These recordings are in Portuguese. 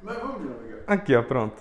Mas vamos de novo, Aqui, ó, pronto.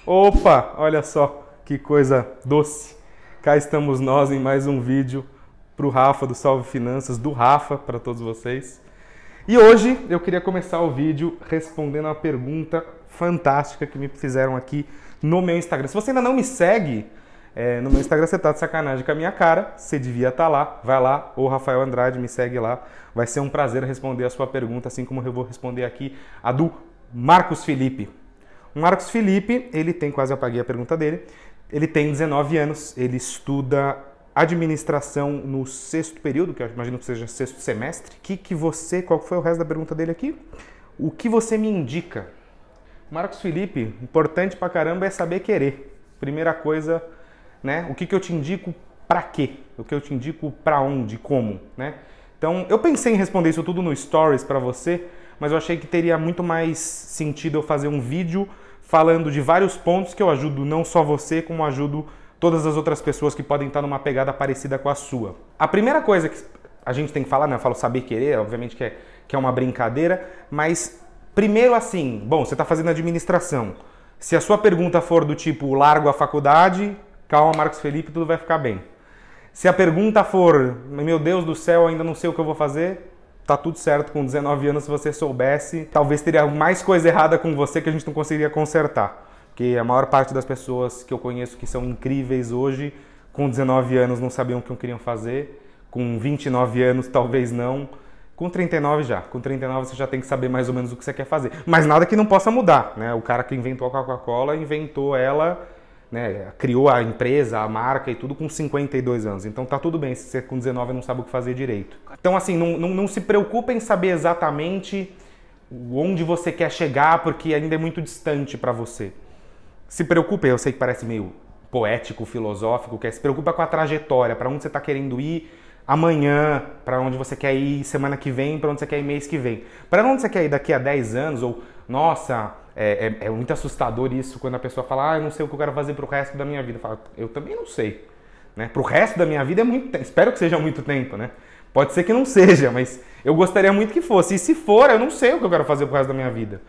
Opa, olha só que coisa doce. Cá estamos nós em mais um vídeo pro Rafa do Salve Finanças, do Rafa para todos vocês. E hoje eu queria começar o vídeo respondendo uma pergunta fantástica que me fizeram aqui no meu Instagram. Se você ainda não me segue no meu Instagram, você tá de sacanagem com a minha cara, você devia estar lá. Vai lá, o Rafael Andrade, me segue lá. Vai ser um prazer responder a sua pergunta, assim como eu vou responder aqui a do Marcos Felipe. O Marcos Felipe, ele tem, quase apaguei a pergunta dele, ele tem 19 anos, ele estuda administração no sexto período, que eu imagino que seja sexto semestre. Qual foi o resto da pergunta dele aqui? O que você me indica? Marcos Felipe, importante pra caramba é saber querer. Primeira coisa, né? O que eu te indico pra quê? O que eu te indico pra onde, como, né? Então, eu pensei em responder isso tudo no Stories pra você, mas eu achei que teria muito mais sentido eu fazer um vídeo falando de vários pontos que eu ajudo não só você, como ajudo todas as outras pessoas que podem estar numa pegada parecida com a sua. A primeira coisa que a gente tem que falar, né? Eu falo saber querer, obviamente que é uma brincadeira, mas primeiro assim, bom, você está fazendo administração. Se a sua pergunta for do tipo, largo a faculdade, calma, Marcos Felipe, tudo vai ficar bem. Se a pergunta for, meu Deus do céu, ainda não sei o que eu vou fazer, tá tudo certo. Com 19 anos, se você soubesse, talvez teria mais coisa errada com você que a gente não conseguiria consertar. Porque a maior parte das pessoas que eu conheço que são incríveis hoje, com 19 anos não sabiam o que queriam fazer, com 29 anos talvez não, com 39 já. Com 39 você já tem que saber mais ou menos o que você quer fazer. Mas nada que não possa mudar, né? O cara que inventou a Coca-Cola, inventou ela, né? Criou a empresa, a marca e tudo com 52 anos. Então tá tudo bem se você com 19 não sabe o que fazer direito. Então assim, não se preocupe em saber exatamente onde você quer chegar, porque ainda é muito distante para você. Se preocupe, eu sei que parece meio poético, filosófico, que se preocupa com a trajetória, para onde você está querendo ir amanhã, para onde você quer ir semana que vem, para onde você quer ir mês que vem. Para onde você quer ir daqui a 10 anos, ou, nossa, é muito assustador isso quando a pessoa fala, eu não sei o que eu quero fazer pro resto da minha vida. Fala, eu também não sei. Né? Pro resto da minha vida é muito tempo, espero que seja muito tempo, né? Pode ser que não seja, mas eu gostaria muito que fosse. E se for, eu não sei o que eu quero fazer pro resto da minha vida.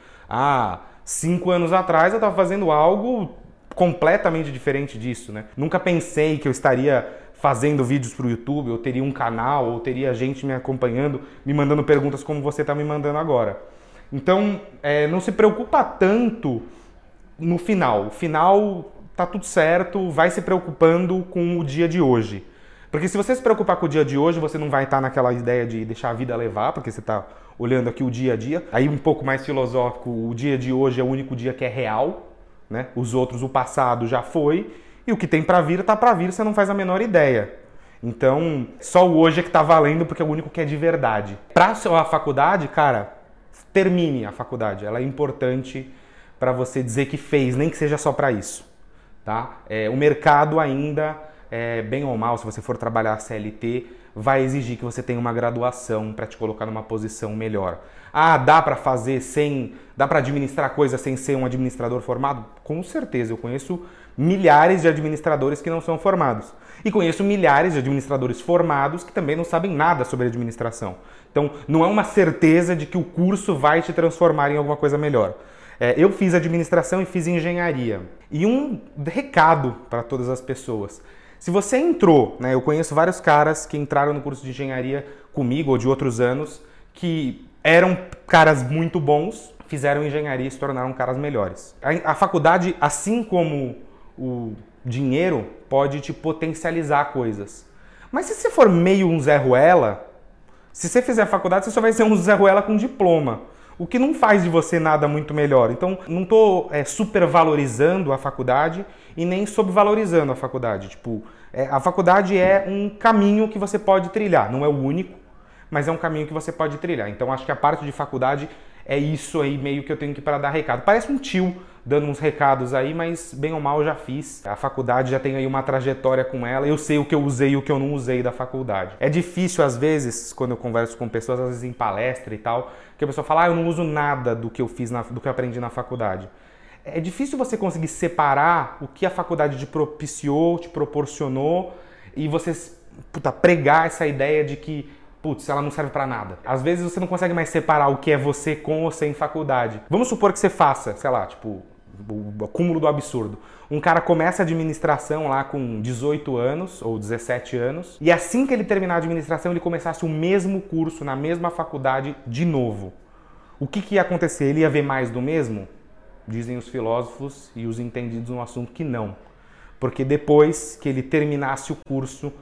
5 anos atrás eu estava fazendo algo completamente diferente disso, né? Nunca pensei que eu estaria fazendo vídeos para o YouTube, ou teria um canal, ou teria gente me acompanhando, me mandando perguntas como você está me mandando agora. Então, não se preocupa tanto no final. O final tá tudo certo, vai se preocupando com o dia de hoje. Porque se você se preocupar com o dia de hoje, você não vai estar naquela ideia de deixar a vida levar, porque você está olhando aqui o dia a dia. Aí um pouco mais filosófico, o dia de hoje é o único dia que é real, né? Os outros, o passado já foi, e o que tem para vir, tá para vir, você não faz a menor ideia. Então, só o hoje é que tá valendo, porque é o único que é de verdade. Para a faculdade, cara, termine a faculdade. Ela é importante para você dizer que fez, nem que seja só para isso, tá? O mercado ainda, bem ou mal, se você for trabalhar CLT, vai exigir que você tenha uma graduação para te colocar numa posição melhor. Dá para dá para administrar coisas sem ser um administrador formado? Com certeza, eu conheço milhares de administradores que não são formados. E conheço milhares de administradores formados que também não sabem nada sobre administração. Então, não é uma certeza de que o curso vai te transformar em alguma coisa melhor. Eu fiz administração e fiz engenharia. E um recado para todas as pessoas. Se você entrou, né, eu conheço vários caras que entraram no curso de engenharia comigo ou de outros anos, que eram caras muito bons, fizeram engenharia e se tornaram caras melhores. A faculdade, assim como o dinheiro, pode te potencializar coisas. Mas se você for meio um Zé Ruela, se você fizer faculdade, você só vai ser um Zé Ruela com diploma. O que não faz de você nada muito melhor. Então, não estou supervalorizando a faculdade e nem subvalorizando a faculdade. Tipo, a faculdade é um caminho que você pode trilhar. Não é o único, mas é um caminho que você pode trilhar. Então, acho que a parte de faculdade é isso aí meio que eu tenho que ir para dar recado. Parece um tio dando uns recados aí, mas bem ou mal eu já fiz. A faculdade já tem aí uma trajetória com ela. Eu sei o que eu usei e o que eu não usei da faculdade. É difícil às vezes, quando eu converso com pessoas, às vezes em palestra e tal, que a pessoa fala, eu não uso nada do que eu fiz, do que eu aprendi na faculdade. É difícil você conseguir separar o que a faculdade te propiciou, te proporcionou, e você pregar essa ideia de que putz, ela não serve pra nada. Às vezes você não consegue mais separar o que é você com ou sem faculdade. Vamos supor que você faça, sei lá, tipo, o cúmulo do absurdo. Um cara começa a administração lá com 18 anos ou 17 anos e assim que ele terminar a administração ele começasse o mesmo curso na mesma faculdade de novo. O que ia acontecer? Ele ia ver mais do mesmo? Dizem os filósofos e os entendidos no assunto que não. Porque depois que ele terminasse o curso,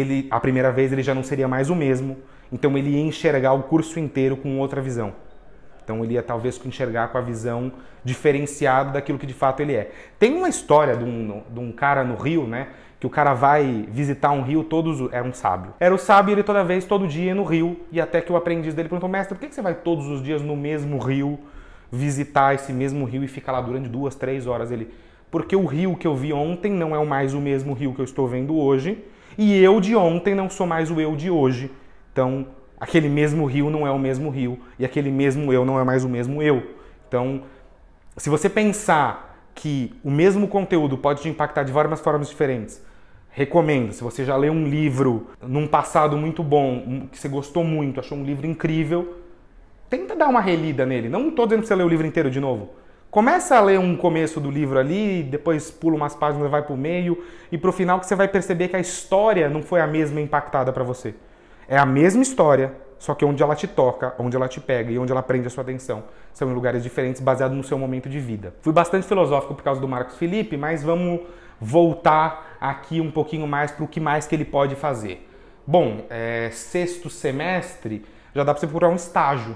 a primeira vez ele já não seria mais o mesmo, então ele ia enxergar o curso inteiro com outra visão. Então ele ia talvez enxergar com a visão diferenciada daquilo que de fato ele é. Tem uma história de um cara no Rio, né? Que o cara vai visitar um rio, era um sábio. Era o sábio, ele todo dia ia no rio, e até que o aprendiz dele perguntou, mestre, por que você vai todos os dias no mesmo rio, visitar esse mesmo rio e ficar lá durante 2, 3 horas? Ele, porque o rio que eu vi ontem não é mais o mesmo rio que eu estou vendo hoje, e eu de ontem não sou mais o eu de hoje. Então, aquele mesmo rio não é o mesmo rio, e aquele mesmo eu não é mais o mesmo eu. Então, se você pensar que o mesmo conteúdo pode te impactar de várias formas diferentes, recomendo, se você já leu um livro num passado muito bom, que você gostou muito, achou um livro incrível, tenta dar uma relida nele. Não estou dizendo que você lê o livro inteiro de novo. Começa a ler um começo do livro ali, depois pula umas páginas, vai pro meio, e pro final que você vai perceber que a história não foi a mesma impactada para você. É a mesma história, só que onde ela te toca, onde ela te pega e onde ela prende a sua atenção são em lugares diferentes, baseado no seu momento de vida. Fui bastante filosófico por causa do Marcos Felipe, mas vamos voltar aqui um pouquinho mais para o que mais que ele pode fazer. Bom, sexto semestre já dá para você procurar um estágio.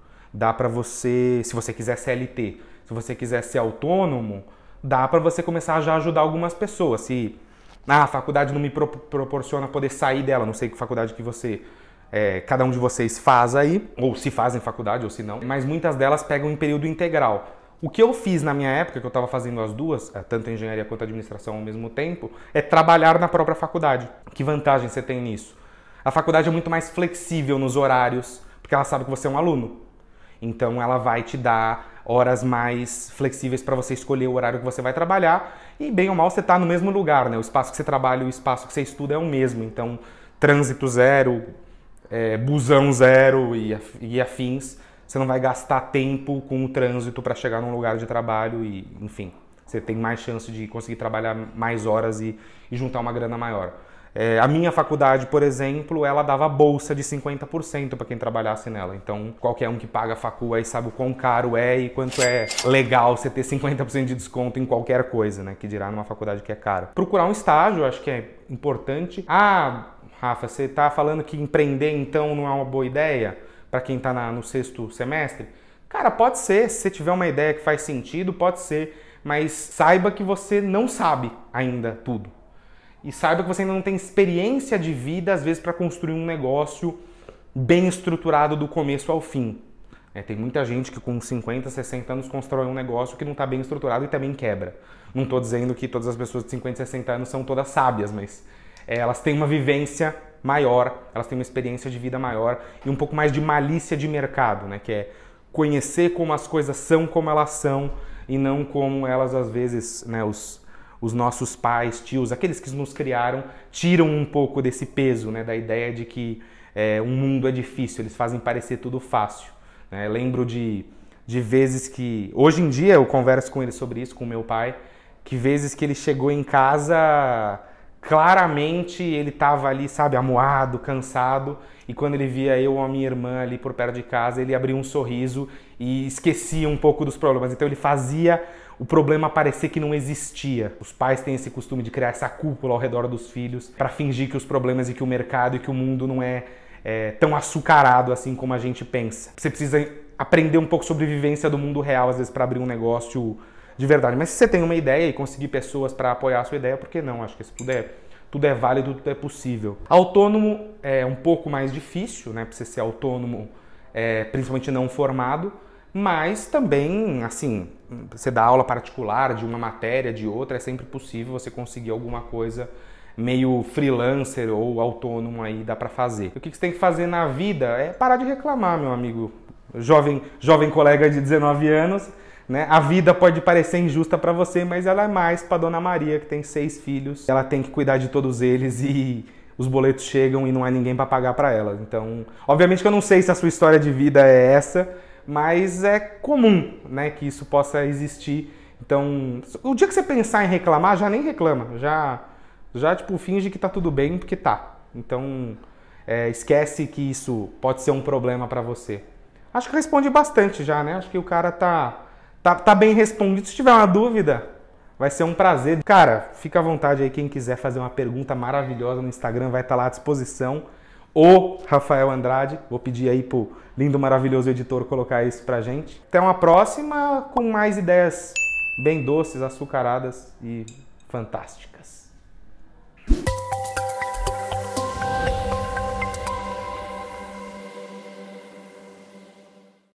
Dá para você, se você quiser CLT, se você quiser ser autônomo, dá para você começar a já ajudar algumas pessoas. Se a faculdade não me proporciona poder sair dela, não sei que faculdade que você, cada um de vocês faz aí, ou se fazem faculdade ou se não, mas muitas delas pegam em período integral. O que eu fiz na minha época, que eu estava fazendo as duas, tanto a engenharia quanto a administração ao mesmo tempo, é trabalhar na própria faculdade. Que vantagem você tem nisso? A faculdade é muito mais flexível nos horários, porque ela sabe que você é um aluno. Então ela vai te dar horas mais flexíveis para você escolher o horário que você vai trabalhar e bem ou mal você está no mesmo lugar, né? O espaço que você trabalha e o espaço que você estuda é o mesmo. Então trânsito zero, busão zero e afins. Você não vai gastar tempo com o trânsito para chegar num lugar de trabalho e, enfim, você tem mais chance de conseguir trabalhar mais horas e juntar uma grana maior. A minha faculdade, por exemplo, ela dava bolsa de 50% para quem trabalhasse nela. Então, qualquer um que paga a facul aí sabe o quão caro é e quanto é legal você ter 50% de desconto em qualquer coisa, né? Que dirá numa faculdade que é cara. Procurar um estágio, acho que é importante. Ah, Rafa, você tá falando que empreender então não é uma boa ideia para quem tá no sexto semestre? Cara, pode ser. Se você tiver uma ideia que faz sentido, pode ser. Mas saiba que você não sabe ainda tudo. E saiba que você ainda não tem experiência de vida, às vezes, para construir um negócio bem estruturado do começo ao fim. Tem muita gente que com 50, 60 anos constrói um negócio que não está bem estruturado e também quebra. Não estou dizendo que todas as pessoas de 50, 60 anos são todas sábias, mas elas têm uma vivência maior, elas têm uma experiência de vida maior e um pouco mais de malícia de mercado, né? Que é conhecer como as coisas são como elas são e não como elas, às vezes, né, os nossos pais, tios, aqueles que nos criaram, tiram um pouco desse peso, né, da ideia de que um mundo é difícil, eles fazem parecer tudo fácil. Né? Lembro de vezes que... Hoje em dia eu converso com ele sobre isso, com meu pai, que vezes que ele chegou em casa, claramente ele estava ali, sabe, amuado, cansado, e quando ele via eu ou a minha irmã ali por perto de casa, ele abria um sorriso e esquecia um pouco dos problemas. Então ele fazia o problema parecer que não existia. Os pais têm esse costume de criar essa cúpula ao redor dos filhos para fingir que os problemas e que o mercado e que o mundo não é tão açucarado assim como a gente pensa. Você precisa aprender um pouco sobre vivência do mundo real, às vezes, para abrir um negócio de verdade. Mas se você tem uma ideia e conseguir pessoas para apoiar a sua ideia, por que não? Acho que isso tudo é válido, tudo é possível. Autônomo é um pouco mais difícil, né? Para você ser autônomo, principalmente não formado, mas também, assim, você dá aula particular de uma matéria, de outra, é sempre possível você conseguir alguma coisa meio freelancer ou autônomo aí, dá pra fazer. O que você tem que fazer na vida é parar de reclamar, meu amigo. Jovem colega de 19 anos, né? A vida pode parecer injusta pra você, mas ela é mais pra Dona Maria, que tem 6 filhos. Ela tem que cuidar de todos eles e os boletos chegam e não há ninguém para pagar para elas. Então, obviamente que eu não sei se a sua história de vida é essa, mas é comum, né, que isso possa existir. Então, o dia que você pensar em reclamar, já nem reclama, já tipo, finge que tá tudo bem, porque tá. Então, esquece que isso pode ser um problema para você. Acho que responde bastante já, né? Acho que o cara tá bem respondido. Se tiver uma dúvida, vai ser um prazer. Cara, fica à vontade aí, quem quiser fazer uma pergunta maravilhosa no Instagram vai estar lá à disposição. O Rafael Andrade, vou pedir aí pro lindo, maravilhoso editor colocar isso pra gente. Até uma próxima com mais ideias bem doces, açucaradas e fantásticas.